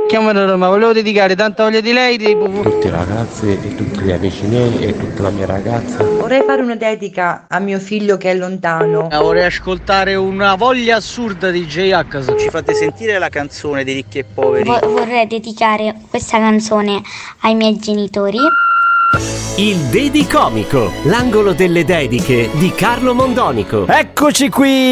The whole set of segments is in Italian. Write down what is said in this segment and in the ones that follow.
Chiamo da Roma, volevo dedicare tanta voglia di lei tutte le ragazze e tutti gli amici miei e tutta la mia ragazza. Vorrei fare una dedica a mio figlio che è lontano. Vorrei ascoltare una voglia assurda di J-H. Ci fate sentire la canzone di Ricchi e Poveri? Vorrei dedicare questa canzone ai miei genitori. Il Dedicomico, l'angolo delle dediche di Carlo Mondonico. Eccoci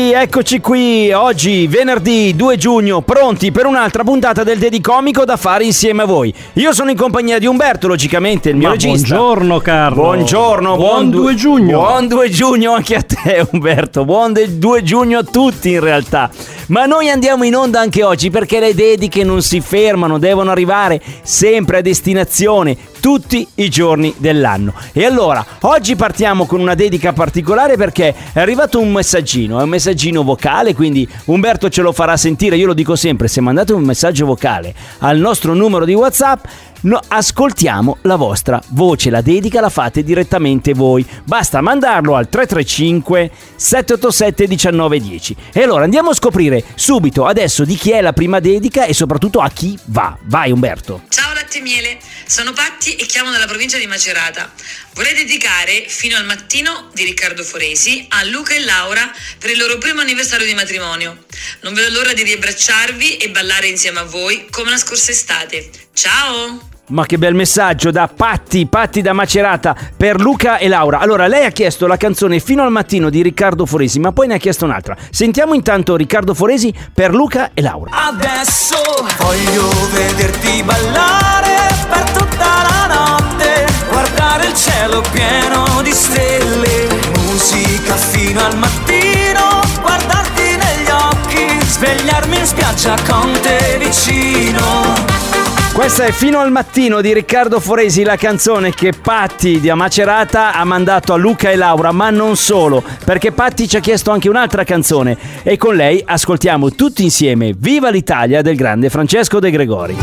qui, oggi venerdì 2 giugno, pronti per un'altra puntata del Dedicomico da fare insieme a voi. Io sono in compagnia di Umberto, logicamente, il mio regista. Buongiorno Carlo. Buongiorno, buon 2 giugno. Buon 2 giugno anche a te Umberto, buon 2 giugno a tutti in realtà. Ma noi andiamo in onda anche oggi perché le dediche non si fermano, devono arrivare sempre a destinazione tutti i giorni dell'anno. E allora, oggi partiamo con una dedica particolare perché è arrivato un messaggino, è un messaggino vocale, quindi Umberto ce lo farà sentire. Io lo dico sempre, se mandate un messaggio vocale al nostro numero di WhatsApp, ascoltiamo la vostra voce, la dedica la fate direttamente voi, basta mandarlo al 335 787 1910. E allora andiamo a scoprire subito adesso di chi è la prima dedica e soprattutto a chi va. Vai Umberto. Ciao Latte e Miele, sono Patti e chiamo dalla provincia di Macerata. Vorrei dedicare Fino al mattino di Riccardo Foresi a Luca e Laura per il loro primo anniversario di matrimonio. Non vedo l'ora di riabbracciarvi e ballare insieme a voi come la scorsa estate. Ciao! Ma che bel messaggio da Patti da Macerata per Luca e Laura. Allora, lei ha chiesto la canzone Fino al mattino di Riccardo Foresi, ma poi ne ha chiesto un'altra. Sentiamo intanto Riccardo Foresi per Luca e Laura. Adesso voglio vederti ballare per tutta la notte, guardare il cielo pieno di stelle, musica fino al mattino, guardarti negli occhi, svegliarmi in spiaggia con te vicino. Questa è Fino al mattino di Riccardo Foresi, la canzone che Patti di Macerata ha mandato a Luca e Laura, ma non solo, perché Patti ci ha chiesto anche un'altra canzone e con lei ascoltiamo tutti insieme Viva l'Italia del grande Francesco De Gregori.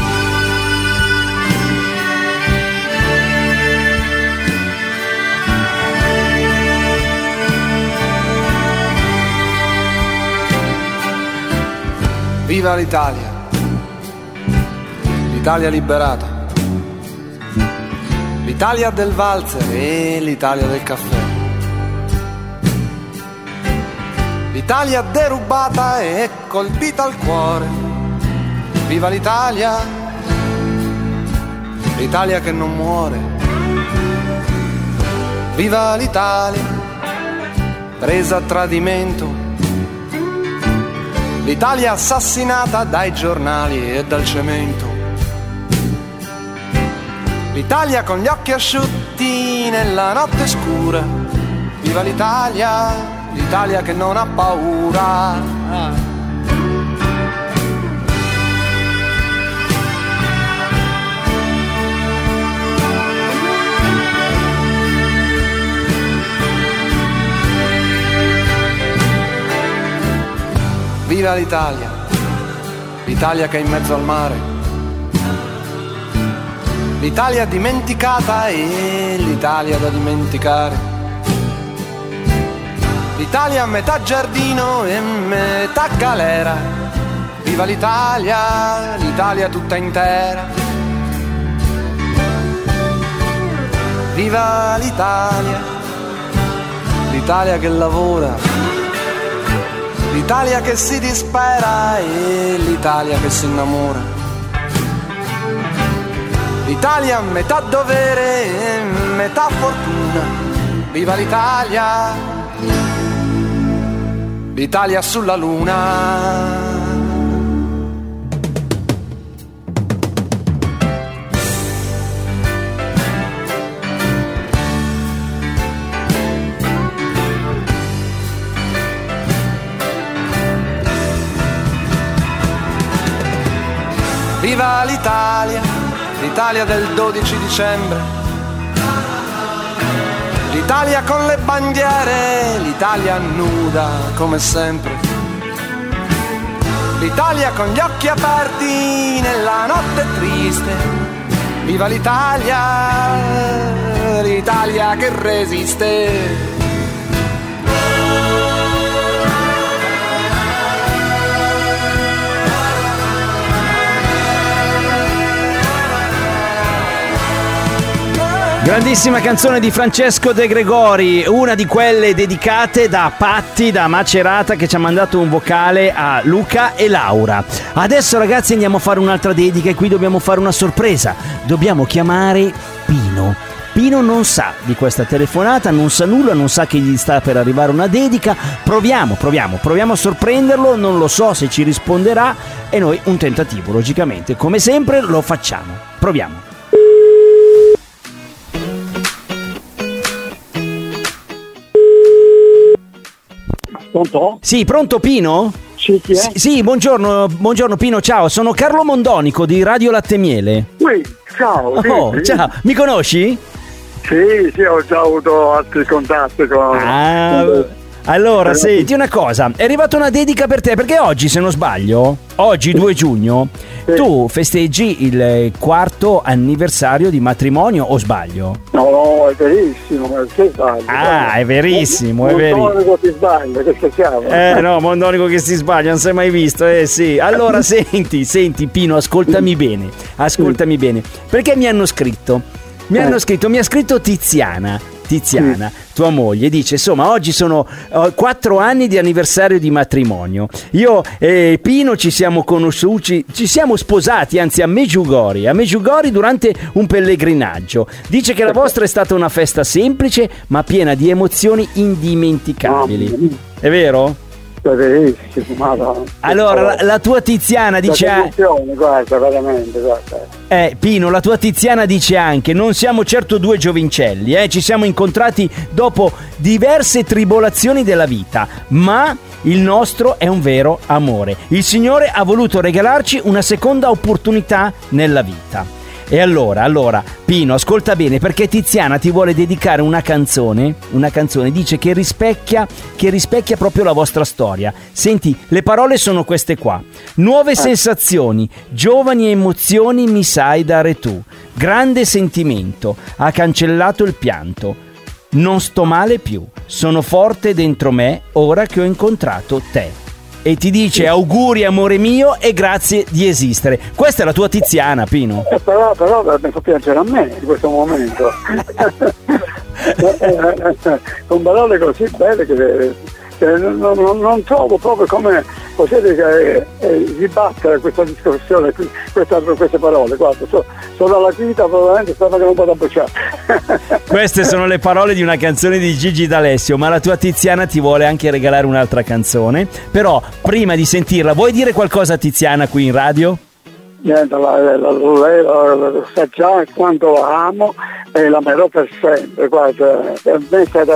Viva l'Italia! L'Italia liberata, l'Italia del valzer e l'Italia del caffè, l'Italia derubata e colpita al cuore. Viva l'Italia, l'Italia che non muore. Viva l'Italia, presa a tradimento, l'Italia assassinata dai giornali e dal cemento. L'Italia con gli occhi asciutti nella notte scura. Viva l'Italia, l'Italia che non ha paura. Viva l'Italia, l'Italia che è in mezzo al mare. L'Italia dimenticata e l'Italia da dimenticare. L'Italia a metà giardino e metà galera. Viva l'Italia, l'Italia tutta intera. Viva l'Italia, l'Italia che lavora. L'Italia che si dispera e l'Italia che si innamora. L'Italia metà dovere e metà fortuna. Viva l'Italia, l'Italia sulla luna. Viva l'Italia, l'Italia del 12 dicembre, l'Italia con le bandiere, l'Italia nuda come sempre, l'Italia con gli occhi aperti nella notte triste. Viva l'Italia, l'Italia che resiste. Grandissima canzone di Francesco De Gregori, una di quelle dedicate da Patti da Macerata, che ci ha mandato un vocale a Luca e Laura. Adesso ragazzi andiamo a fare un'altra dedica e qui dobbiamo fare una sorpresa. Dobbiamo chiamare Pino. Pino non sa di questa telefonata, non sa nulla, non sa che gli sta per arrivare una dedica. Proviamo a sorprenderlo, non lo so se ci risponderà e noi un tentativo, logicamente, come sempre lo facciamo. Proviamo. Pronto? Sì, pronto Pino? Sì, chi è? Sì, buongiorno Pino, ciao, sono Carlo Mondonico di Radio Latte Miele. Ciao. Oh, sì. Ciao, mi conosci? Sì, ho già avuto altri contatti con... Allora, senti una cosa, è arrivata una dedica per te, perché oggi, se non sbaglio, oggi 2 giugno, tu festeggi il 4º anniversario di matrimonio, o sbaglio? No, è verissimo, che sbaglio. È verissimo, è verissimo. Mondonico ti sbaglia, che scherziamo. No, Mondonico che si sbaglia, non si è mai visto, sì. Allora, senti Pino, ascoltami bene, perché mi ha scritto Tiziana, tua moglie, dice insomma oggi sono 4 anni di anniversario di matrimonio. Io e Pino ci siamo conosciuti, ci siamo sposati anzi a Meggiugori durante un pellegrinaggio. Dice che la vostra è stata una festa semplice ma piena di emozioni indimenticabili. È vero? Allora la tua Tiziana dice guarda, veramente, guarda. Pino, la tua Tiziana dice anche: non siamo certo 2 giovincelli, ci siamo incontrati dopo diverse tribolazioni della vita, ma il nostro è un vero amore. Il Signore ha voluto regalarci una seconda opportunità nella vita. E allora, Pino, ascolta bene, perché Tiziana ti vuole dedicare una canzone, dice che rispecchia proprio la vostra storia. Senti, le parole sono queste qua. Nuove sensazioni, giovani emozioni mi sai dare tu. Grande sentimento, ha cancellato il pianto. Non sto male più, sono forte dentro me ora che ho incontrato te. E ti dice auguri amore mio e grazie di esistere. Questa è la tua Tiziana, Pino. Però mi fa piacere a me in questo momento. Con parole così belle che non trovo proprio come potete dibattere questa discussione, queste parole. Guarda, sono alla vita, probabilmente stanno che non vado a bruciare. Queste sono le parole di una canzone di Gigi D'Alessio, ma la tua Tiziana ti vuole anche regalare un'altra canzone. Però prima di sentirla, vuoi dire qualcosa a Tiziana qui in radio? Niente, lei sa già quanto la amo e l'amerò per sempre. Guarda, per me è stata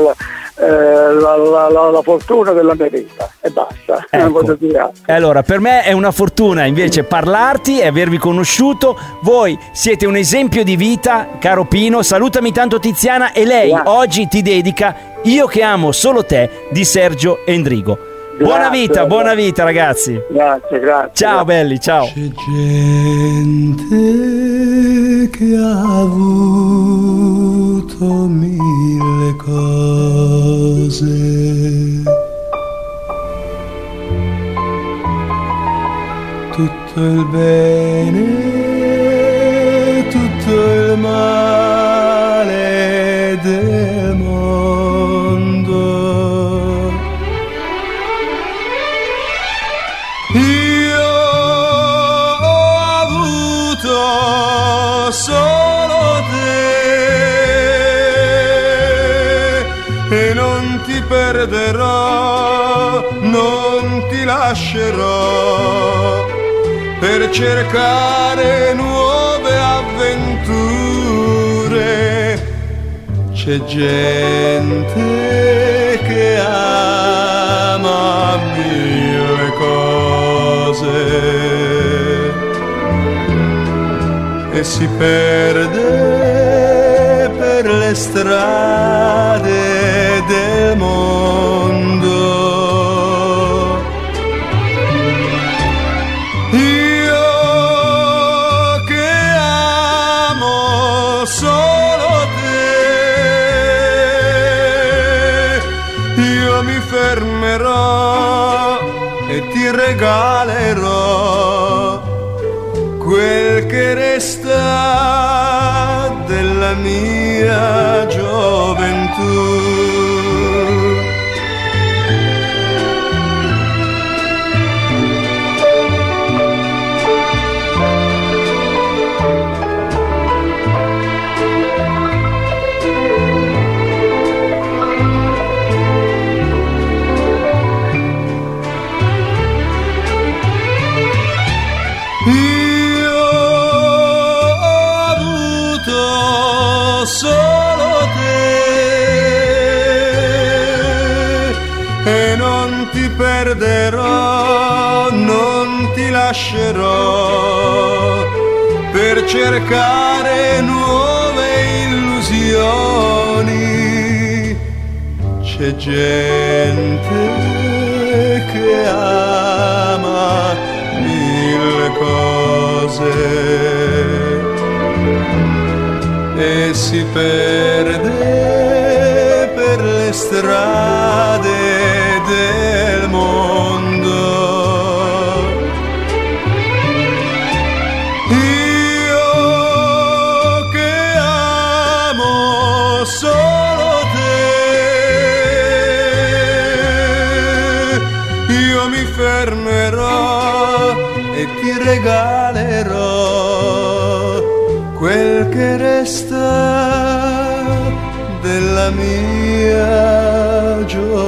la fortuna della mia vita e basta, non voglio dire altro. E allora per me è una fortuna invece parlarti e avervi conosciuto. Voi siete un esempio di vita, caro Pino. Salutami tanto Tiziana, e lei oggi ti dedica Io che amo solo te di Sergio Endrigo. Grazie, buona vita ragazzi. Grazie. Ciao belli, ciao. C'è gente che ha avuto 1000 cose, tutto il bene, tutto il male del mondo. Io ho avuto solo te e non ti perderò, non ti lascerò per cercare nuove avventure. C'è gente che ama 1000 cose e si perde per le strade del mondo. Io che amo solo te, io mi fermerò e ti regalerò quel che resta della mia gioventù. Solo te e non ti perderò, non ti lascerò per cercare nuove illusioni. C'è gente che ama mille cose e si perde per le strade del mondo. Io che amo solo te, io mi fermerò e ti regalerò quel che resta della mia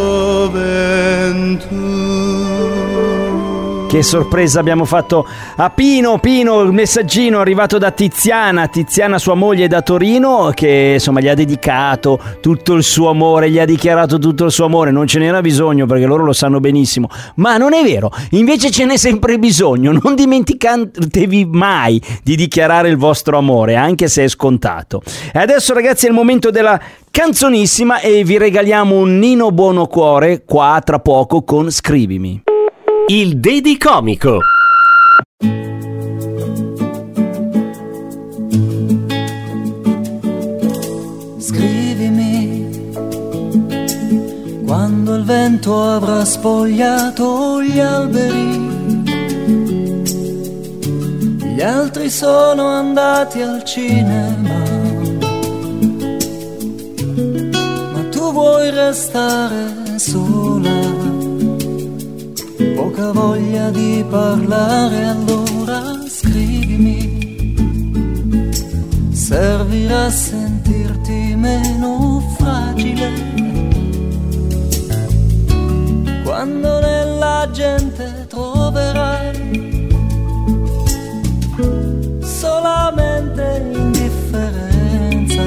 gioventù. Che sorpresa abbiamo fatto a Pino, il messaggino arrivato da Tiziana, sua moglie da Torino, che insomma gli ha dedicato tutto il suo amore, gli ha dichiarato tutto il suo amore. Non ce n'era bisogno perché loro lo sanno benissimo, ma non è vero, invece ce n'è sempre bisogno. Non dimenticatevi mai di dichiarare il vostro amore, anche se è scontato. E adesso ragazzi è il momento della canzonissima e vi regaliamo un Nino Buonocuore qua tra poco con Scrivimi. Il Dedicomico. Scrivimi quando il vento avrà spogliato gli alberi, gli altri sono andati al cinema, ma tu vuoi restare sola. Poca voglia di parlare, allora scrivimi. Servirà a sentirti meno fragile quando nella gente troverai solamente indifferenza.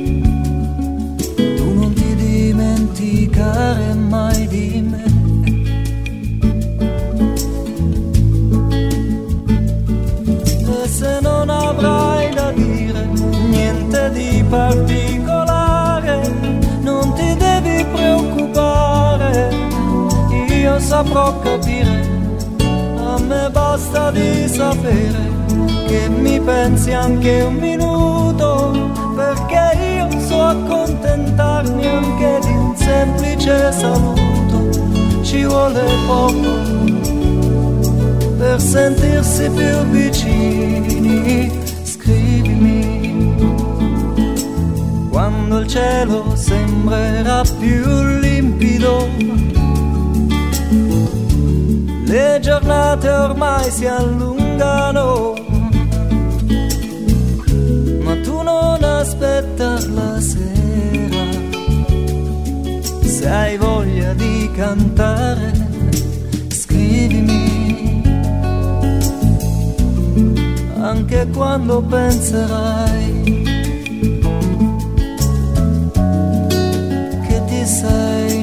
Tu non ti dimenticare mai di me. Se non avrai da dire niente di particolare, non ti devi preoccupare, io saprò capire. A me basta di sapere che mi pensi anche un minuto, perché io so accontentarmi anche di un semplice saluto. Ci vuole poco per sentirsi più vicini. Scrivimi quando il cielo sembrerà più limpido, le giornate ormai si allungano, ma tu non aspettar la sera. Se hai voglia di cantare, scrivimi. Anche quando penserai che ti sei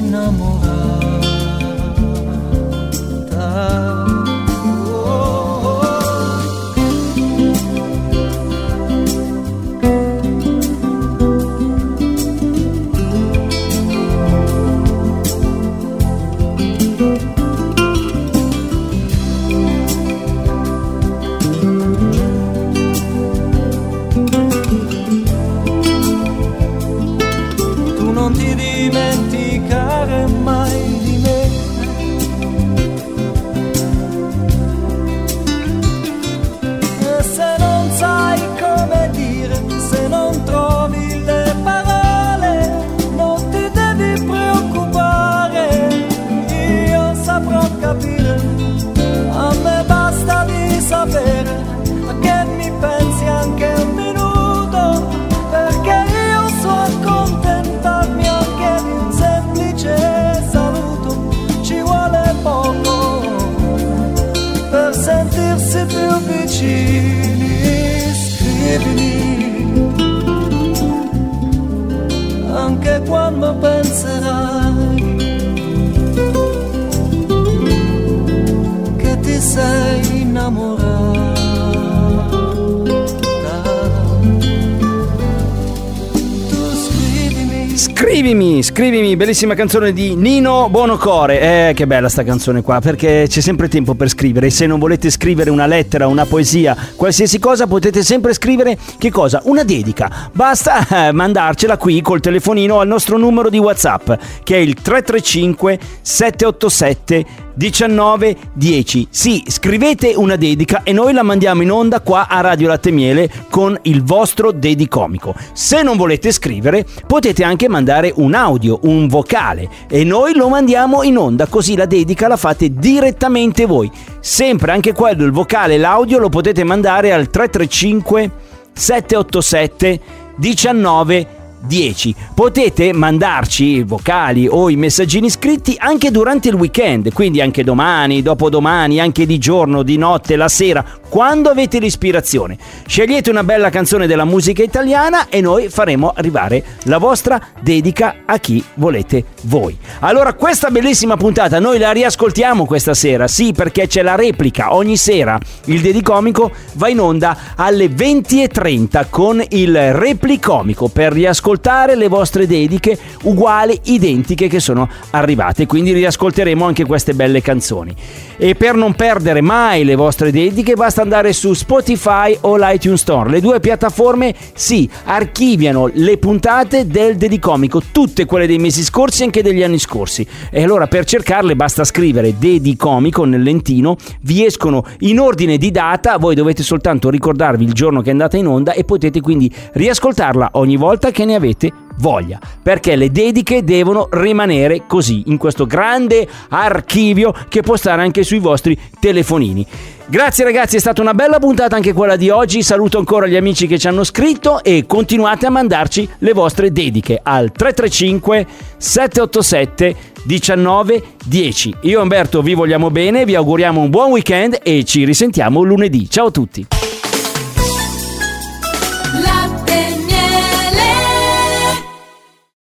innamorata. Scrivimi, bellissima canzone di Nino Buonocore. Che bella sta canzone qua, perché c'è sempre tempo per scrivere. Se non volete scrivere una lettera, una poesia, qualsiasi cosa, potete sempre scrivere che cosa? Una dedica. Basta mandarcela qui col telefonino al nostro numero di WhatsApp, che è il 335 787 1910. Sì, scrivete una dedica e noi la mandiamo in onda qua a Radio Latte Miele con il vostro dedicomico. Se non volete scrivere, potete anche mandare un audio, un vocale, e noi lo mandiamo in onda, così la dedica la fate direttamente voi. Sempre anche quello, il vocale e l'audio, lo potete mandare al 335 787 1910. Potete mandarci i vocali o i messaggini scritti anche durante il weekend, quindi anche domani, dopodomani, anche di giorno, di notte, la sera, quando avete l'ispirazione. Scegliete una bella canzone della musica italiana e noi faremo arrivare la vostra dedica a chi volete voi. Allora, questa bellissima puntata noi la riascoltiamo questa sera, sì, perché c'è la replica. Ogni sera il Dedicomico va in onda alle 20:30 con il Replicomico per riascoltare le vostre dediche uguali, identiche, che sono arrivate. Quindi riascolteremo anche queste belle canzoni. E per non perdere mai le vostre dediche basta andare su Spotify o l'iTunes Store. Le due piattaforme archiviano le puntate del Dedicomico, tutte quelle dei mesi scorsi e anche degli anni scorsi. E allora per cercarle basta scrivere Dedicomico nel lentino, vi escono in ordine di data, voi dovete soltanto ricordarvi il giorno che è andata in onda e potete quindi riascoltarla ogni volta che ne avete voglia, perché le dediche devono rimanere così in questo grande archivio che può stare anche sui vostri telefonini. Grazie ragazzi, è stata una bella puntata anche quella di oggi. Saluto ancora gli amici che ci hanno scritto e continuate a mandarci le vostre dediche al 335 787 1910. Io e Umberto vi vogliamo bene, vi auguriamo un buon weekend e ci risentiamo lunedì. Ciao a tutti.